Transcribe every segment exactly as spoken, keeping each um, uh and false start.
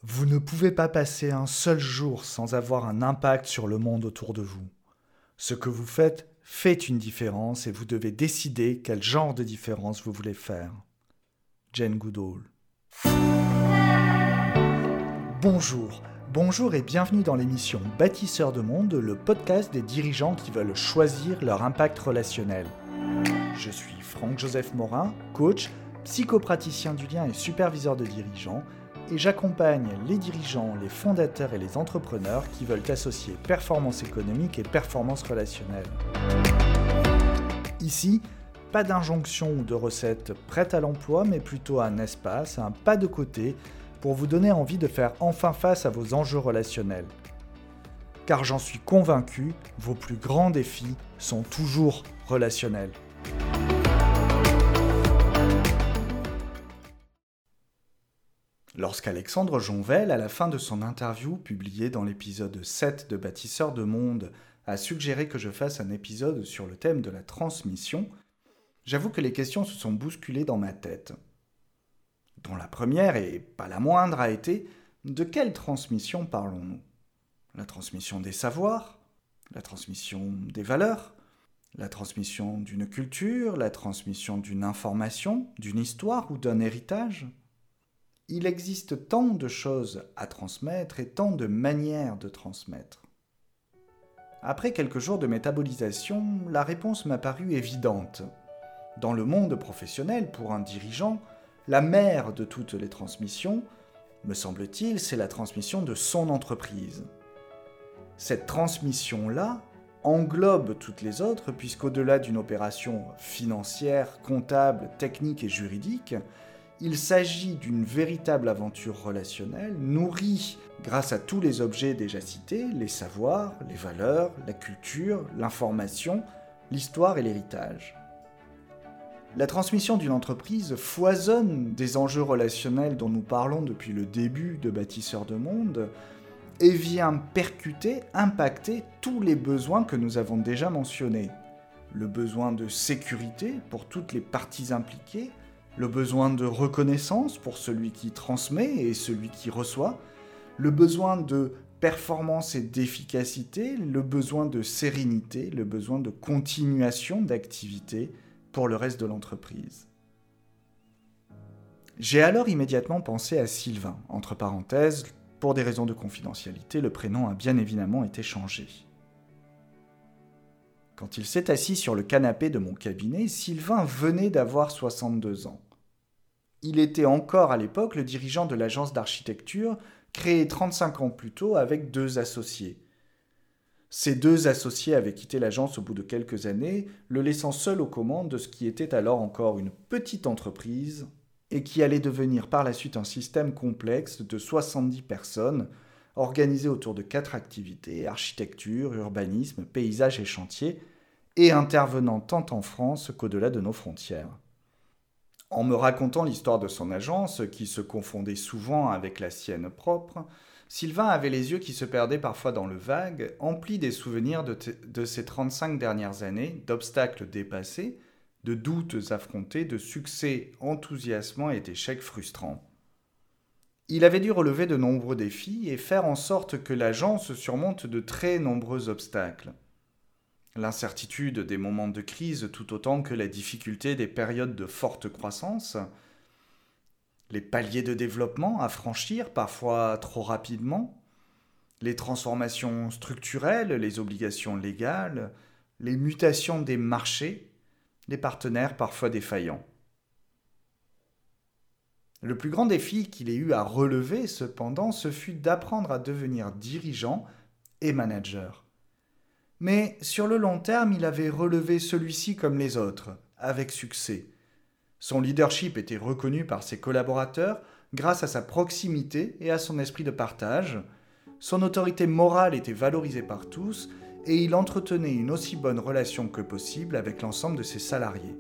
Vous ne pouvez pas passer un seul jour sans avoir un impact sur le monde autour de vous. Ce que vous faites fait une différence et vous devez décider quel genre de différence vous voulez faire. Jane Goodall. Bonjour, bonjour et bienvenue dans l'émission Bâtisseurs de monde, le podcast des dirigeants qui veulent choisir leur impact relationnel. Je suis Franck-Joseph Morin, coach, psychopraticien du lien et superviseur de dirigeants, et j'accompagne les dirigeants, les fondateurs et les entrepreneurs qui veulent associer performance économique et performance relationnelle. Ici, pas d'injonction ou de recette prête à l'emploi, mais plutôt un espace, un pas de côté pour vous donner envie de faire enfin face à vos enjeux relationnels. Car j'en suis convaincu, vos plus grands défis sont toujours relationnels. Lorsqu'Alexandre Jonvel, à la fin de son interview publiée dans l'épisode sept de Bâtisseurs de monde, a suggéré que je fasse un épisode sur le thème de la transmission, j'avoue que les questions se sont bousculées dans ma tête. Dont la première, et pas la moindre, a été « De quelle transmission parlons-nous ? La transmission des savoirs ? La transmission des valeurs ? La transmission d'une culture ? La transmission d'une information ? D'une histoire ou d'un héritage ? Il existe tant de choses à transmettre et tant de manières de transmettre. Après quelques jours de métabolisation, la réponse m'a paru évidente. Dans le monde professionnel, pour un dirigeant, la mère de toutes les transmissions, me semble-t-il, c'est la transmission de son entreprise. Cette transmission-là englobe toutes les autres, puisqu'au-delà d'une opération financière, comptable, technique et juridique, il s'agit d'une véritable aventure relationnelle, nourrie grâce à tous les objets déjà cités, les savoirs, les valeurs, la culture, l'information, l'histoire et l'héritage. La transmission d'une entreprise foisonne des enjeux relationnels dont nous parlons depuis le début de Bâtisseurs de monde et vient percuter, impacter tous les besoins que nous avons déjà mentionnés. Le besoin de sécurité pour toutes les parties impliquées, le besoin de reconnaissance pour celui qui transmet et celui qui reçoit, le besoin de performance et d'efficacité, le besoin de sérénité, le besoin de continuation d'activité pour le reste de l'entreprise. J'ai alors immédiatement pensé à Sylvain, entre parenthèses, pour des raisons de confidentialité, le prénom a bien évidemment été changé. Quand il s'est assis sur le canapé de mon cabinet, Sylvain venait d'avoir soixante-deux ans. Il était encore à l'époque le dirigeant de l'agence d'architecture créée trente-cinq ans plus tôt avec deux associés. Ces deux associés avaient quitté l'agence au bout de quelques années, le laissant seul aux commandes de ce qui était alors encore une petite entreprise et qui allait devenir par la suite un système complexe de soixante-dix personnes, organisé autour de quatre activités, architecture, urbanisme, paysage et chantier, et intervenant tant en France qu'au-delà de nos frontières. En me racontant l'histoire de son agence, qui se confondait souvent avec la sienne propre, Sylvain avait les yeux qui se perdaient parfois dans le vague, emplis des souvenirs de, t- de ces trente-cinq dernières années, d'obstacles dépassés, de doutes affrontés, de succès enthousiasmants et d'échecs frustrants. Il avait dû relever de nombreux défis et faire en sorte que l'agence surmonte de très nombreux obstacles. L'incertitude des moments de crise tout autant que la difficulté des périodes de forte croissance, les paliers de développement à franchir parfois trop rapidement, les transformations structurelles, les obligations légales, les mutations des marchés, les partenaires parfois défaillants. Le plus grand défi qu'il ait eu à relever, cependant, ce fut d'apprendre à devenir dirigeant et manager. Mais sur le long terme, il avait relevé celui-ci comme les autres, avec succès. Son leadership était reconnu par ses collaborateurs grâce à sa proximité et à son esprit de partage. Son autorité morale était valorisée par tous et il entretenait une aussi bonne relation que possible avec l'ensemble de ses salariés.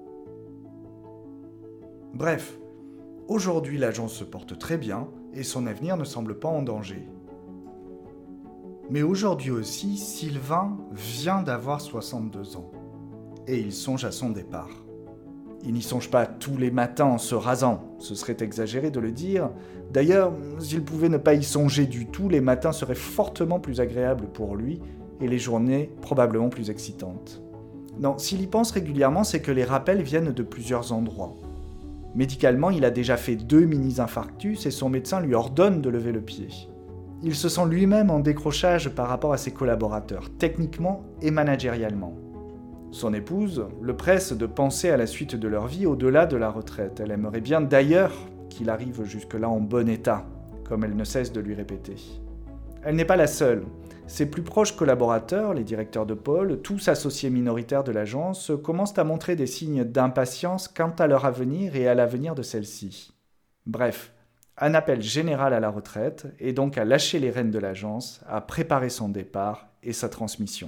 Bref, aujourd'hui l'agence se porte très bien et son avenir ne semble pas en danger. Mais aujourd'hui aussi, Sylvain vient d'avoir soixante-deux ans et il songe à son départ. Il n'y songe pas tous les matins en se rasant, ce serait exagéré de le dire. D'ailleurs, s'il pouvait ne pas y songer du tout, les matins seraient fortement plus agréables pour lui et les journées probablement plus excitantes. Non, s'il y pense régulièrement, c'est que les rappels viennent de plusieurs endroits. Médicalement, il a déjà fait deux mini-infarctus et son médecin lui ordonne de lever le pied. Il se sent lui-même en décrochage par rapport à ses collaborateurs, techniquement et managérialement. Son épouse le presse de penser à la suite de leur vie au-delà de la retraite. Elle aimerait bien d'ailleurs qu'il arrive jusque-là en bon état, comme elle ne cesse de lui répéter. Elle n'est pas la seule. Ses plus proches collaborateurs, les directeurs de pôle, tous associés minoritaires de l'agence, commencent à montrer des signes d'impatience quant à leur avenir et à l'avenir de celle-ci. Bref, un appel général à la retraite et donc à lâcher les rênes de l'agence, à préparer son départ et sa transmission.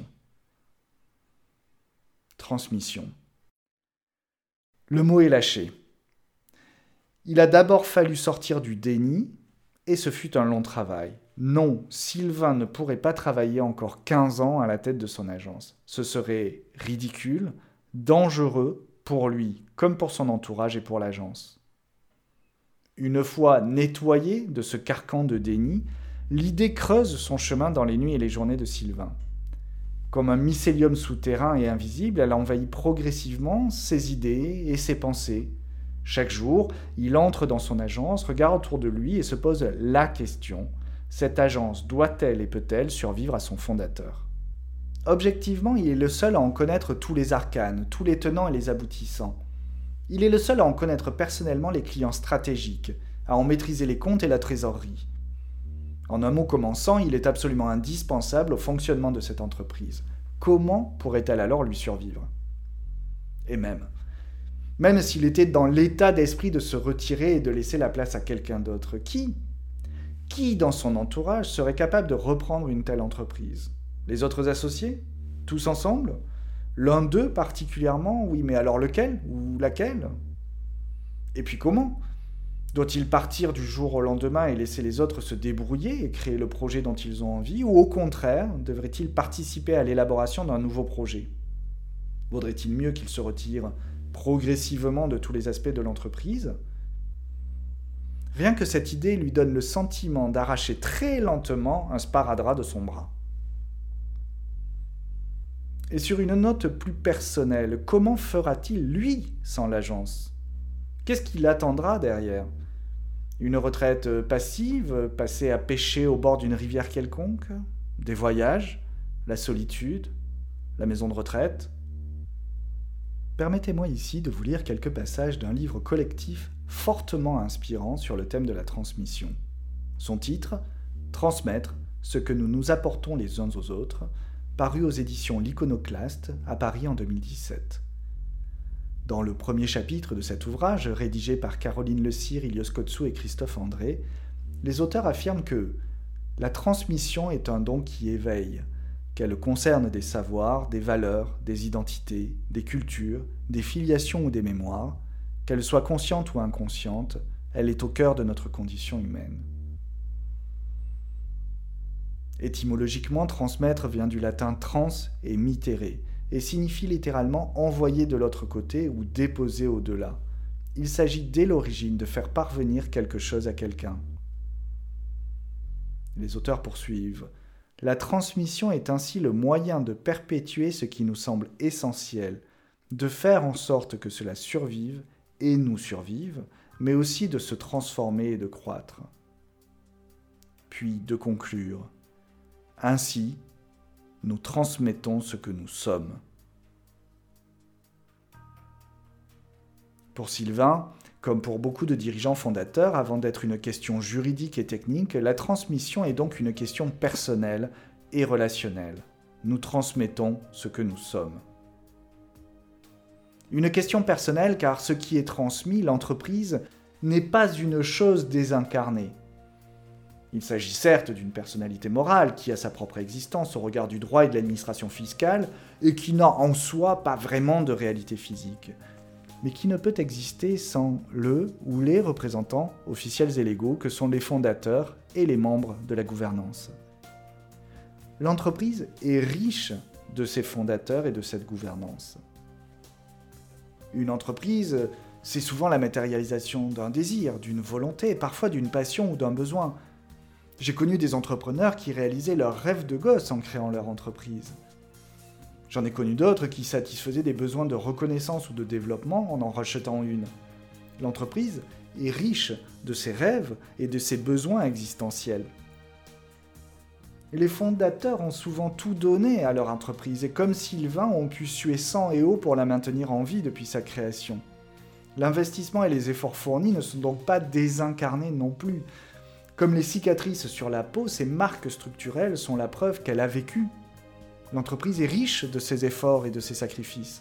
Transmission. Le mot est lâché. Il a d'abord fallu sortir du déni, et ce fut un long travail. Non, Sylvain ne pourrait pas travailler encore quinze ans à la tête de son agence. Ce serait ridicule, dangereux pour lui, comme pour son entourage et pour l'agence. Une fois nettoyé de ce carcan de déni, l'idée creuse son chemin dans les nuits et les journées de Sylvain. Comme un mycélium souterrain et invisible, elle envahit progressivement ses idées et ses pensées. Chaque jour, il entre dans son agence, regarde autour de lui et se pose la question : cette agence doit-elle et peut-elle survivre à son fondateur ? Objectivement, il est le seul à en connaître tous les arcanes, tous les tenants et les aboutissants. Il est le seul à en connaître personnellement les clients stratégiques, à en maîtriser les comptes et la trésorerie. En un mot commençant, il est absolument indispensable au fonctionnement de cette entreprise. Comment pourrait-elle alors lui survivre ? Et même, même s'il était dans l'état d'esprit de se retirer et de laisser la place à quelqu'un d'autre, qui, qui dans son entourage serait capable de reprendre une telle entreprise ? Les autres associés ? Tous ensemble ? L'un d'eux particulièrement ? Oui, mais alors lequel ? Ou laquelle ? Et puis comment ? Doit-il partir du jour au lendemain et laisser les autres se débrouiller et créer le projet dont ils ont envie ? Ou au contraire, devrait-il participer à l'élaboration d'un nouveau projet ? Vaudrait-il mieux qu'il se retire progressivement de tous les aspects de l'entreprise ? Rien que cette idée lui donne le sentiment d'arracher très lentement un sparadrap de son bras. Et sur une note plus personnelle, comment fera-t-il, lui, sans l'agence ? Qu'est-ce qu'il attendra derrière ? Une retraite passive, passer à pêcher au bord d'une rivière quelconque ? Des voyages ? La solitude ? La maison de retraite ? Permettez-moi ici de vous lire quelques passages d'un livre collectif fortement inspirant sur le thème de la transmission. Son titre, « Transmettre ce que nous nous apportons les uns aux autres », paru aux éditions L'Iconoclaste à Paris en deux mille dix-sept. Dans le premier chapitre de cet ouvrage, rédigé par Caroline Le Sire, Ilios Kotsou et Christophe André, les auteurs affirment que la transmission est un don qui éveille, qu'elle concerne des savoirs, des valeurs, des identités, des cultures, des filiations ou des mémoires, qu'elle soit consciente ou inconsciente, elle est au cœur de notre condition humaine. Étymologiquement, transmettre vient du latin trans et mittere, et signifie littéralement envoyer de l'autre côté ou déposer au-delà. Il s'agit dès l'origine de faire parvenir quelque chose à quelqu'un. Les auteurs poursuivent. La transmission est ainsi le moyen de perpétuer ce qui nous semble essentiel, de faire en sorte que cela survive et nous survive, mais aussi de se transformer et de croître. Puis de conclure. Ainsi, nous transmettons ce que nous sommes. Pour Sylvain, comme pour beaucoup de dirigeants fondateurs, avant d'être une question juridique et technique, la transmission est donc une question personnelle et relationnelle. Nous transmettons ce que nous sommes. Une question personnelle car ce qui est transmis, l'entreprise, n'est pas une chose désincarnée. Il s'agit certes d'une personnalité morale qui a sa propre existence au regard du droit et de l'administration fiscale et qui n'a en soi pas vraiment de réalité physique, mais qui ne peut exister sans le ou les représentants officiels et légaux que sont les fondateurs et les membres de la gouvernance. L'entreprise est riche de ses fondateurs et de cette gouvernance. Une entreprise, c'est souvent la matérialisation d'un désir, d'une volonté, parfois d'une passion ou d'un besoin. J'ai connu des entrepreneurs qui réalisaient leurs rêves de gosse en créant leur entreprise. J'en ai connu d'autres qui satisfaisaient des besoins de reconnaissance ou de développement en en rachetant une. L'entreprise est riche de ses rêves et de ses besoins existentiels. Les fondateurs ont souvent tout donné à leur entreprise et comme Sylvain ont pu suer sang et eau pour la maintenir en vie depuis sa création. L'investissement et les efforts fournis ne sont donc pas désincarnés non plus. Comme les cicatrices sur la peau, ces marques structurelles sont la preuve qu'elle a vécu. L'entreprise est riche de ses efforts et de ses sacrifices.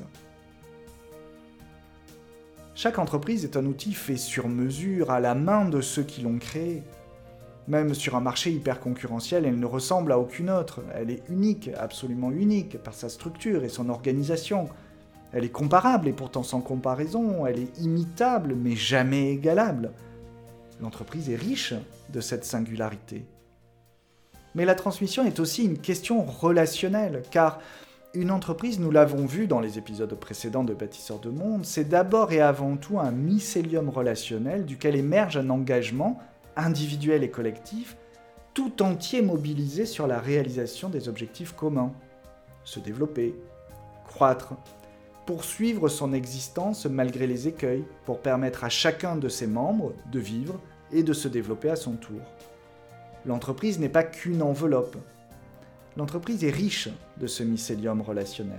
Chaque entreprise est un outil fait sur mesure, à la main de ceux qui l'ont créé. Même sur un marché hyper concurrentiel, elle ne ressemble à aucune autre. Elle est unique, absolument unique, par sa structure et son organisation. Elle est comparable et pourtant sans comparaison. Elle est imitable, mais jamais égalable. L'entreprise est riche de cette singularité. Mais la transmission est aussi une question relationnelle, car une entreprise, nous l'avons vu dans les épisodes précédents de Bâtisseurs de Monde, c'est d'abord et avant tout un mycélium relationnel duquel émerge un engagement individuel et collectif, tout entier mobilisé sur la réalisation des objectifs communs. Se développer, croître, poursuivre son existence malgré les écueils, pour permettre à chacun de ses membres de vivre et de se développer à son tour. L'entreprise n'est pas qu'une enveloppe. L'entreprise est riche de ce mycélium relationnel.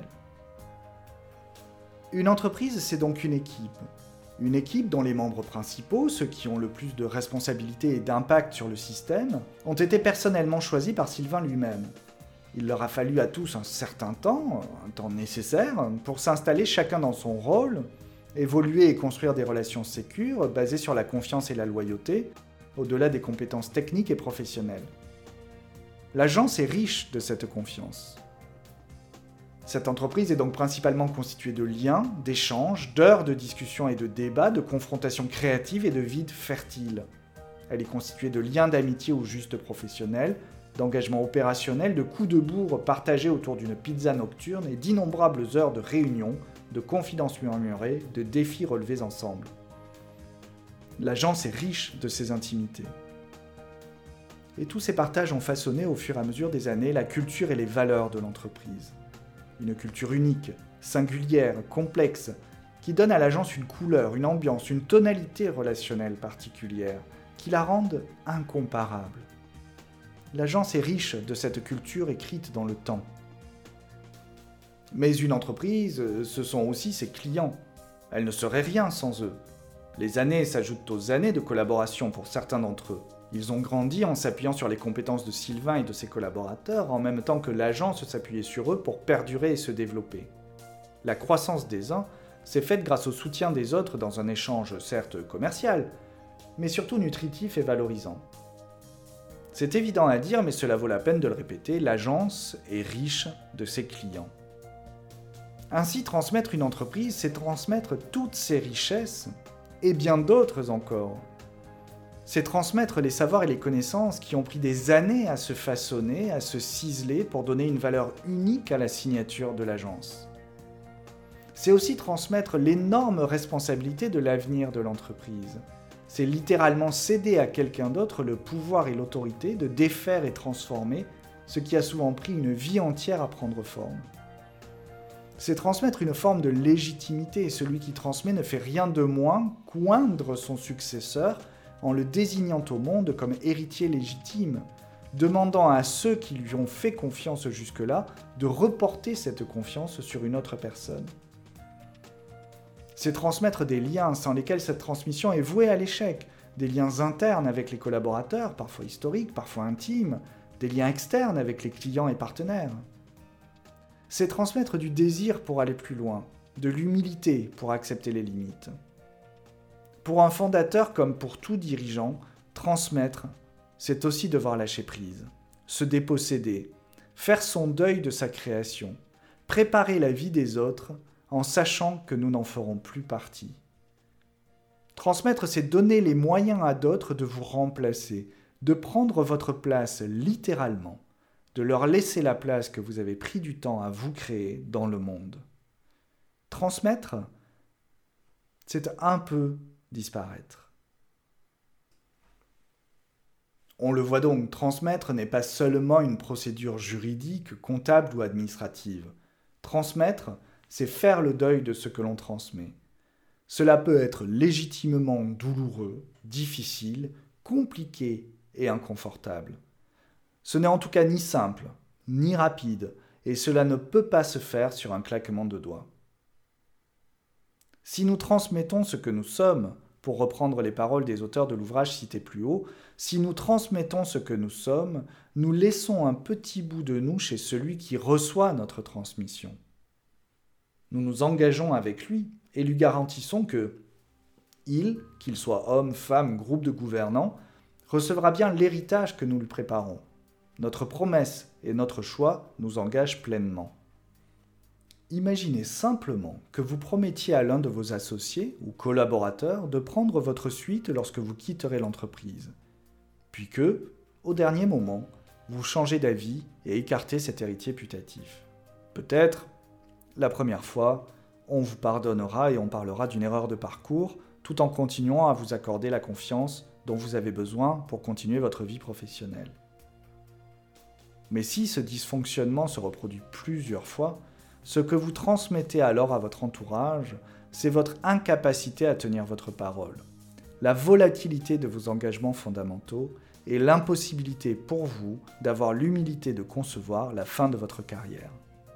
Une entreprise, c'est donc une équipe. Une équipe dont les membres principaux, ceux qui ont le plus de responsabilités et d'impact sur le système, ont été personnellement choisis par Sylvain lui-même. Il leur a fallu à tous un certain temps, un temps nécessaire, pour s'installer chacun dans son rôle, évoluer et construire des relations sécures basées sur la confiance et la loyauté, au-delà des compétences techniques et professionnelles. L'agence est riche de cette confiance. Cette entreprise est donc principalement constituée de liens, d'échanges, d'heures de discussion et de débats, de confrontations créatives et de vides fertiles. Elle est constituée de liens d'amitié ou juste professionnels, d'engagements opérationnels, de coups de bourre partagés autour d'une pizza nocturne et d'innombrables heures de réunions, de confidences murmurées, de défis relevés ensemble. L'agence est riche de ses intimités. Et tous ces partages ont façonné au fur et à mesure des années la culture et les valeurs de l'entreprise. Une culture unique, singulière, complexe, qui donne à l'agence une couleur, une ambiance, une tonalité relationnelle particulière, qui la rendent incomparable. L'agence est riche de cette culture écrite dans le temps. Mais une entreprise, ce sont aussi ses clients. Elle ne serait rien sans eux. Les années s'ajoutent aux années de collaboration pour certains d'entre eux. Ils ont grandi en s'appuyant sur les compétences de Sylvain et de ses collaborateurs, en même temps que l'agence s'appuyait sur eux pour perdurer et se développer. La croissance des uns s'est faite grâce au soutien des autres dans un échange certes commercial, mais surtout nutritif et valorisant. C'est évident à dire, mais cela vaut la peine de le répéter, l'agence est riche de ses clients. Ainsi, transmettre une entreprise, c'est transmettre toutes ses richesses, et bien d'autres encore. C'est transmettre les savoirs et les connaissances qui ont pris des années à se façonner, à se ciseler pour donner une valeur unique à la signature de l'agence. C'est aussi transmettre l'énorme responsabilité de l'avenir de l'entreprise. C'est littéralement céder à quelqu'un d'autre le pouvoir et l'autorité de défaire et transformer ce qui a souvent pris une vie entière à prendre forme. C'est transmettre une forme de légitimité, et celui qui transmet ne fait rien de moins qu'oindre son successeur en le désignant au monde comme héritier légitime, demandant à ceux qui lui ont fait confiance jusque-là de reporter cette confiance sur une autre personne. C'est transmettre des liens sans lesquels cette transmission est vouée à l'échec, des liens internes avec les collaborateurs, parfois historiques, parfois intimes, des liens externes avec les clients et partenaires. C'est transmettre du désir pour aller plus loin, de l'humilité pour accepter les limites. Pour un fondateur comme pour tout dirigeant, transmettre, c'est aussi devoir lâcher prise, se déposséder, faire son deuil de sa création, préparer la vie des autres en sachant que nous n'en ferons plus partie. Transmettre, c'est donner les moyens à d'autres de vous remplacer, de prendre votre place littéralement, de leur laisser la place que vous avez pris du temps à vous créer dans le monde. Transmettre, c'est un peu disparaître. On le voit donc, transmettre n'est pas seulement une procédure juridique, comptable ou administrative. Transmettre, c'est faire le deuil de ce que l'on transmet. Cela peut être légitimement douloureux, difficile, compliqué et inconfortable. Ce n'est en tout cas ni simple, ni rapide, et cela ne peut pas se faire sur un claquement de doigts. Si nous transmettons ce que nous sommes, pour reprendre les paroles des auteurs de l'ouvrage cité plus haut, si nous transmettons ce que nous sommes, nous laissons un petit bout de nous chez celui qui reçoit notre transmission. Nous nous engageons avec lui et lui garantissons que il, qu'il soit homme, femme, groupe de gouvernants, recevra bien l'héritage que nous lui préparons. Notre promesse et notre choix nous engagent pleinement. Imaginez simplement que vous promettiez à l'un de vos associés ou collaborateurs de prendre votre suite lorsque vous quitterez l'entreprise, puis que, au dernier moment, vous changez d'avis et écartez cet héritier putatif. Peut-être, la première fois, on vous pardonnera et on parlera d'une erreur de parcours, tout en continuant à vous accorder la confiance dont vous avez besoin pour continuer votre vie professionnelle. Mais si ce dysfonctionnement se reproduit plusieurs fois, ce que vous transmettez alors à votre entourage, c'est votre incapacité à tenir votre parole, la volatilité de vos engagements fondamentaux et l'impossibilité pour vous d'avoir l'humilité de concevoir la fin de votre carrière.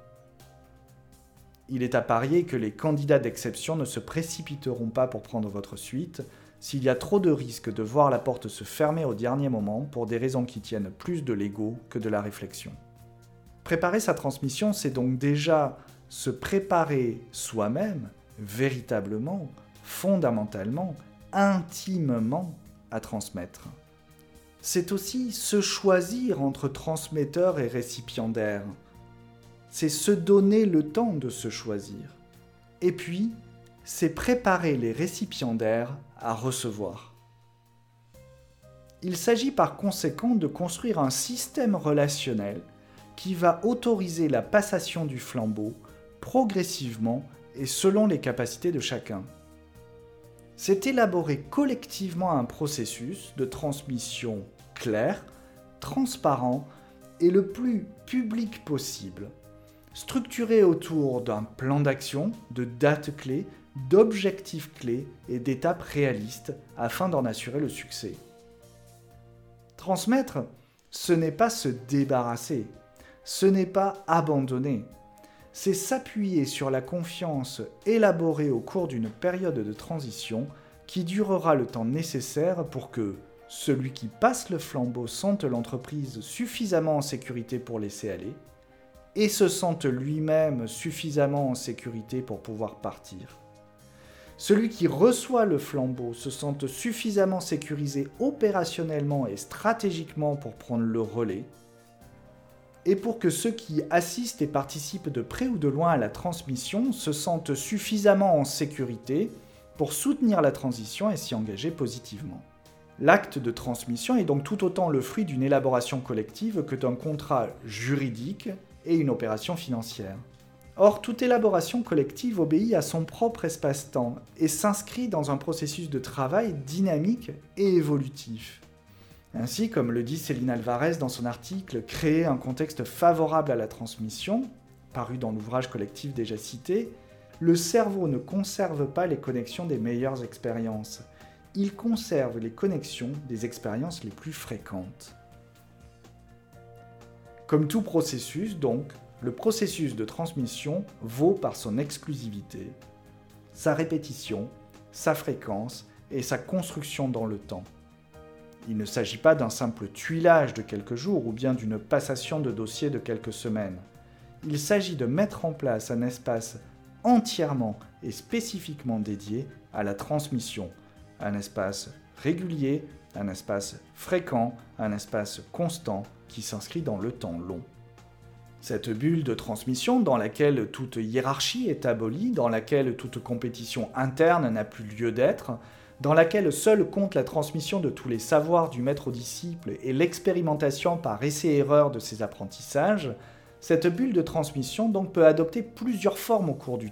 Il est à parier que les candidats d'exception ne se précipiteront pas pour prendre votre suite s'il y a trop de risques de voir la porte se fermer au dernier moment pour des raisons qui tiennent plus de l'ego que de la réflexion. Préparer sa transmission, c'est donc déjà se préparer soi-même, véritablement, fondamentalement, intimement à transmettre. C'est aussi se choisir entre transmetteur et récipiendaire. C'est se donner le temps de se choisir. Et puis, c'est préparer les récipiendaires à recevoir. Il s'agit par conséquent de construire un système relationnel qui va autoriser la passation du flambeau progressivement et selon les capacités de chacun. C'est élaborer collectivement un processus de transmission clair, transparent et le plus public possible, structuré autour d'un plan d'action, de dates clés, d'objectifs clés et d'étapes réalistes afin d'en assurer le succès. Transmettre, ce n'est pas se débarrasser, ce n'est pas abandonner, c'est s'appuyer sur la confiance élaborée au cours d'une période de transition qui durera le temps nécessaire pour que celui qui passe le flambeau sente l'entreprise suffisamment en sécurité pour laisser aller et se sente lui-même suffisamment en sécurité pour pouvoir partir. Celui qui reçoit le flambeau se sente suffisamment sécurisé opérationnellement et stratégiquement pour prendre le relais, et pour que ceux qui assistent et participent de près ou de loin à la transmission se sentent suffisamment en sécurité pour soutenir la transition et s'y engager positivement. L'acte de transmission est donc tout autant le fruit d'une élaboration collective que d'un contrat juridique et une opération financière. Or, toute élaboration collective obéit à son propre espace-temps et s'inscrit dans un processus de travail dynamique et évolutif. Ainsi, comme le dit Céline Alvarez dans son article « Créer un contexte favorable à la transmission », paru dans l'ouvrage collectif déjà cité, le cerveau ne conserve pas les connexions des meilleures expériences. Il conserve les connexions des expériences les plus fréquentes. Comme tout processus, donc, le processus de transmission vaut par son exclusivité, sa répétition, sa fréquence et sa construction dans le temps. Il ne s'agit pas d'un simple tuilage de quelques jours ou bien d'une passation de dossier de quelques semaines. Il s'agit de mettre en place un espace entièrement et spécifiquement dédié à la transmission, un espace régulier, un espace fréquent, un espace constant qui s'inscrit dans le temps long. Cette bulle de transmission dans laquelle toute hiérarchie est abolie, dans laquelle toute compétition interne n'a plus lieu d'être, dans laquelle seule compte la transmission de tous les savoirs du maître au disciple et l'expérimentation par essai-erreur de ses apprentissages, cette bulle de transmission donc peut adopter plusieurs formes au cours du temps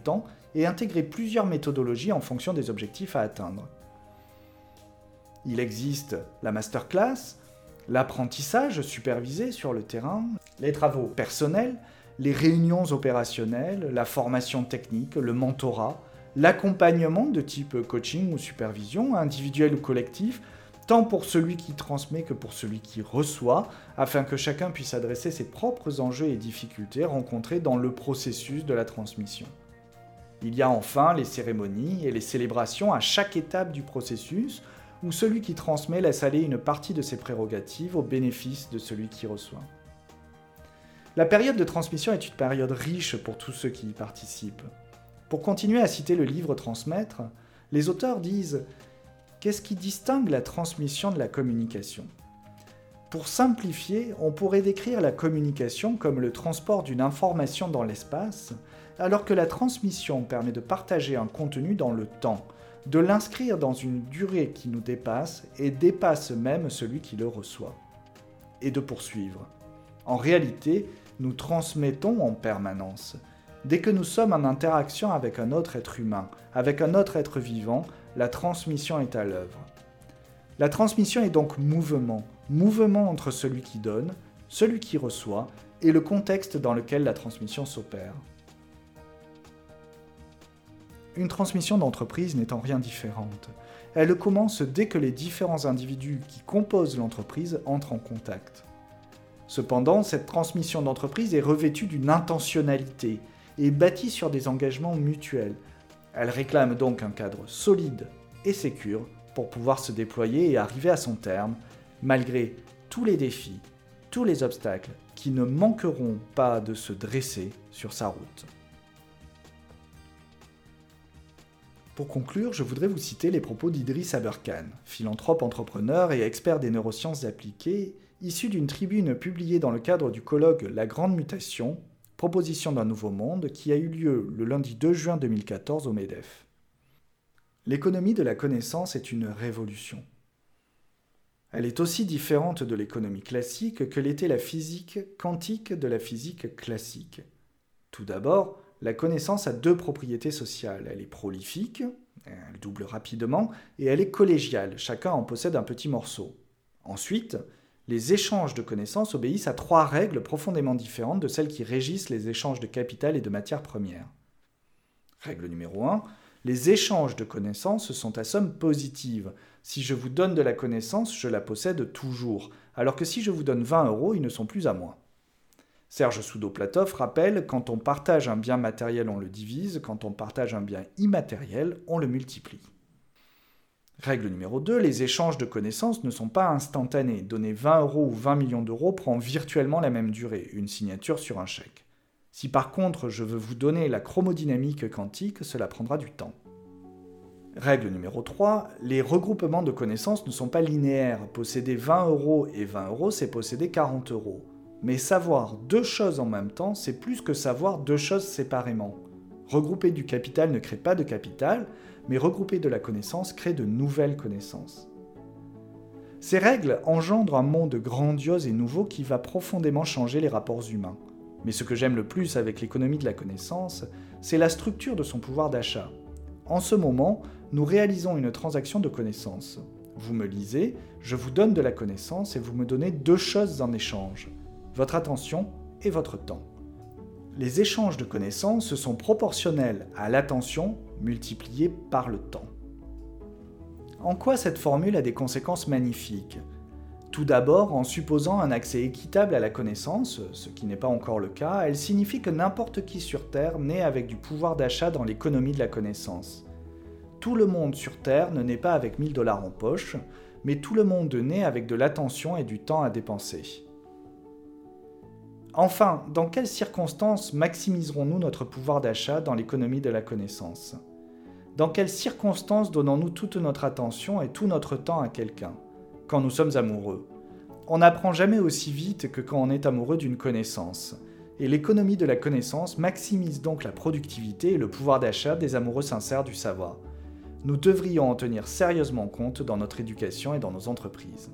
et intégrer plusieurs méthodologies en fonction des objectifs à atteindre. Il existe la masterclass, l'apprentissage supervisé sur le terrain, les travaux personnels, les réunions opérationnelles, la formation technique, le mentorat, l'accompagnement de type coaching ou supervision, individuel ou collectif, tant pour celui qui transmet que pour celui qui reçoit, afin que chacun puisse adresser ses propres enjeux et difficultés rencontrés dans le processus de la transmission. Il y a enfin les cérémonies et les célébrations à chaque étape du processus, où celui qui transmet laisse aller une partie de ses prérogatives au bénéfice de celui qui reçoit. La période de transmission est une période riche pour tous ceux qui y participent. Pour continuer à citer le livre Transmettre, les auteurs disent « Qu'est-ce qui distingue la transmission de la communication ?» Pour simplifier, on pourrait décrire la communication comme le transport d'une information dans l'espace, alors que la transmission permet de partager un contenu dans le temps, de l'inscrire dans une durée qui nous dépasse et dépasse même celui qui le reçoit, et de poursuivre. En réalité, nous transmettons en permanence. Dès que nous sommes en interaction avec un autre être humain, avec un autre être vivant, la transmission est à l'œuvre. La transmission est donc mouvement, mouvement entre celui qui donne, celui qui reçoit, et le contexte dans lequel la transmission s'opère. Une transmission d'entreprise n'est en rien différente. Elle commence dès que les différents individus qui composent l'entreprise entrent en contact. Cependant, cette transmission d'entreprise est revêtue d'une intentionnalité et bâtie sur des engagements mutuels. Elle réclame donc un cadre solide et sécure pour pouvoir se déployer et arriver à son terme, malgré tous les défis, tous les obstacles qui ne manqueront pas de se dresser sur sa route. Pour conclure, je voudrais vous citer les propos d'Idriss Aberkan, philanthrope entrepreneur et expert des neurosciences appliquées, issu d'une tribune publiée dans le cadre du colloque La Grande Mutation, proposition d'un nouveau monde, qui a eu lieu le lundi deux juin deux mille quatorze au MEDEF. L'économie de la connaissance est une révolution. Elle est aussi différente de l'économie classique que l'était la physique quantique de la physique classique. Tout d'abord, la connaissance a deux propriétés sociales. Elle est prolifique, elle double rapidement, et elle est collégiale, chacun en possède un petit morceau. Ensuite, les échanges de connaissances obéissent à trois règles profondément différentes de celles qui régissent les échanges de capital et de matières premières. Règle numéro un, les échanges de connaissances sont à somme positive. Si je vous donne de la connaissance, je la possède toujours, alors que si je vous donne vingt euros, ils ne sont plus à moi. Serge Soudo-Platov rappelle « Quand on partage un bien matériel, on le divise. Quand on partage un bien immatériel, on le multiplie. » Règle numéro deux, les échanges de connaissances ne sont pas instantanés. Donner vingt euros ou vingt millions d'euros prend virtuellement la même durée, une signature sur un chèque. Si par contre je veux vous donner la chromodynamique quantique, cela prendra du temps. Règle numéro trois, les regroupements de connaissances ne sont pas linéaires. Posséder vingt euros et vingt euros, c'est posséder quarante euros. Mais savoir deux choses en même temps, c'est plus que savoir deux choses séparément. Regrouper du capital ne crée pas de capital, mais regrouper de la connaissance crée de nouvelles connaissances. Ces règles engendrent un monde grandiose et nouveau qui va profondément changer les rapports humains. Mais ce que j'aime le plus avec l'économie de la connaissance, c'est la structure de son pouvoir d'achat. En ce moment, nous réalisons une transaction de connaissances. Vous me lisez, je vous donne de la connaissance et vous me donnez deux choses en échange. Votre attention et votre temps. Les échanges de connaissances sont proportionnels à l'attention multipliée par le temps. En quoi cette formule a des conséquences magnifiques ? Tout d'abord, en supposant un accès équitable à la connaissance, ce qui n'est pas encore le cas, elle signifie que n'importe qui sur Terre naît avec du pouvoir d'achat dans l'économie de la connaissance. Tout le monde sur Terre ne naît pas avec mille dollars en poche, mais tout le monde naît avec de l'attention et du temps à dépenser. Enfin, dans quelles circonstances maximiserons-nous notre pouvoir d'achat dans l'économie de la connaissance ? Dans quelles circonstances donnons-nous toute notre attention et tout notre temps à quelqu'un ? Quand nous sommes amoureux. On n'apprend jamais aussi vite que quand on est amoureux d'une connaissance. Et l'économie de la connaissance maximise donc la productivité et le pouvoir d'achat des amoureux sincères du savoir. Nous devrions en tenir sérieusement compte dans notre éducation et dans nos entreprises.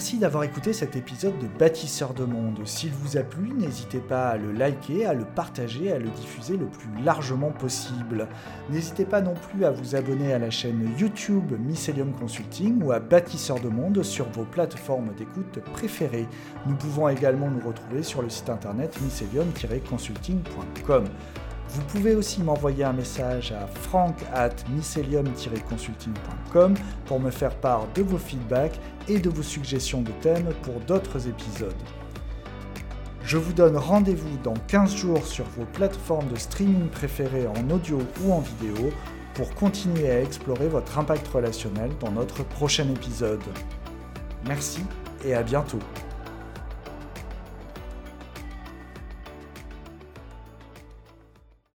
Merci d'avoir écouté cet épisode de Bâtisseurs de Monde. S'il vous a plu, n'hésitez pas à le liker, à le partager, à le diffuser le plus largement possible. N'hésitez pas non plus à vous abonner à la chaîne YouTube Mycelium Consulting ou à Bâtisseurs de Monde sur vos plateformes d'écoute préférées. Nous pouvons également nous retrouver sur le site internet mycelium tiret consulting point com. Vous pouvez aussi m'envoyer un message à frank arobase mycelium tiret consulting point com pour me faire part de vos feedbacks et de vos suggestions de thèmes pour d'autres épisodes. Je vous donne rendez-vous dans quinze jours sur vos plateformes de streaming préférées en audio ou en vidéo pour continuer à explorer votre impact relationnel dans notre prochain épisode. Merci et à bientôt.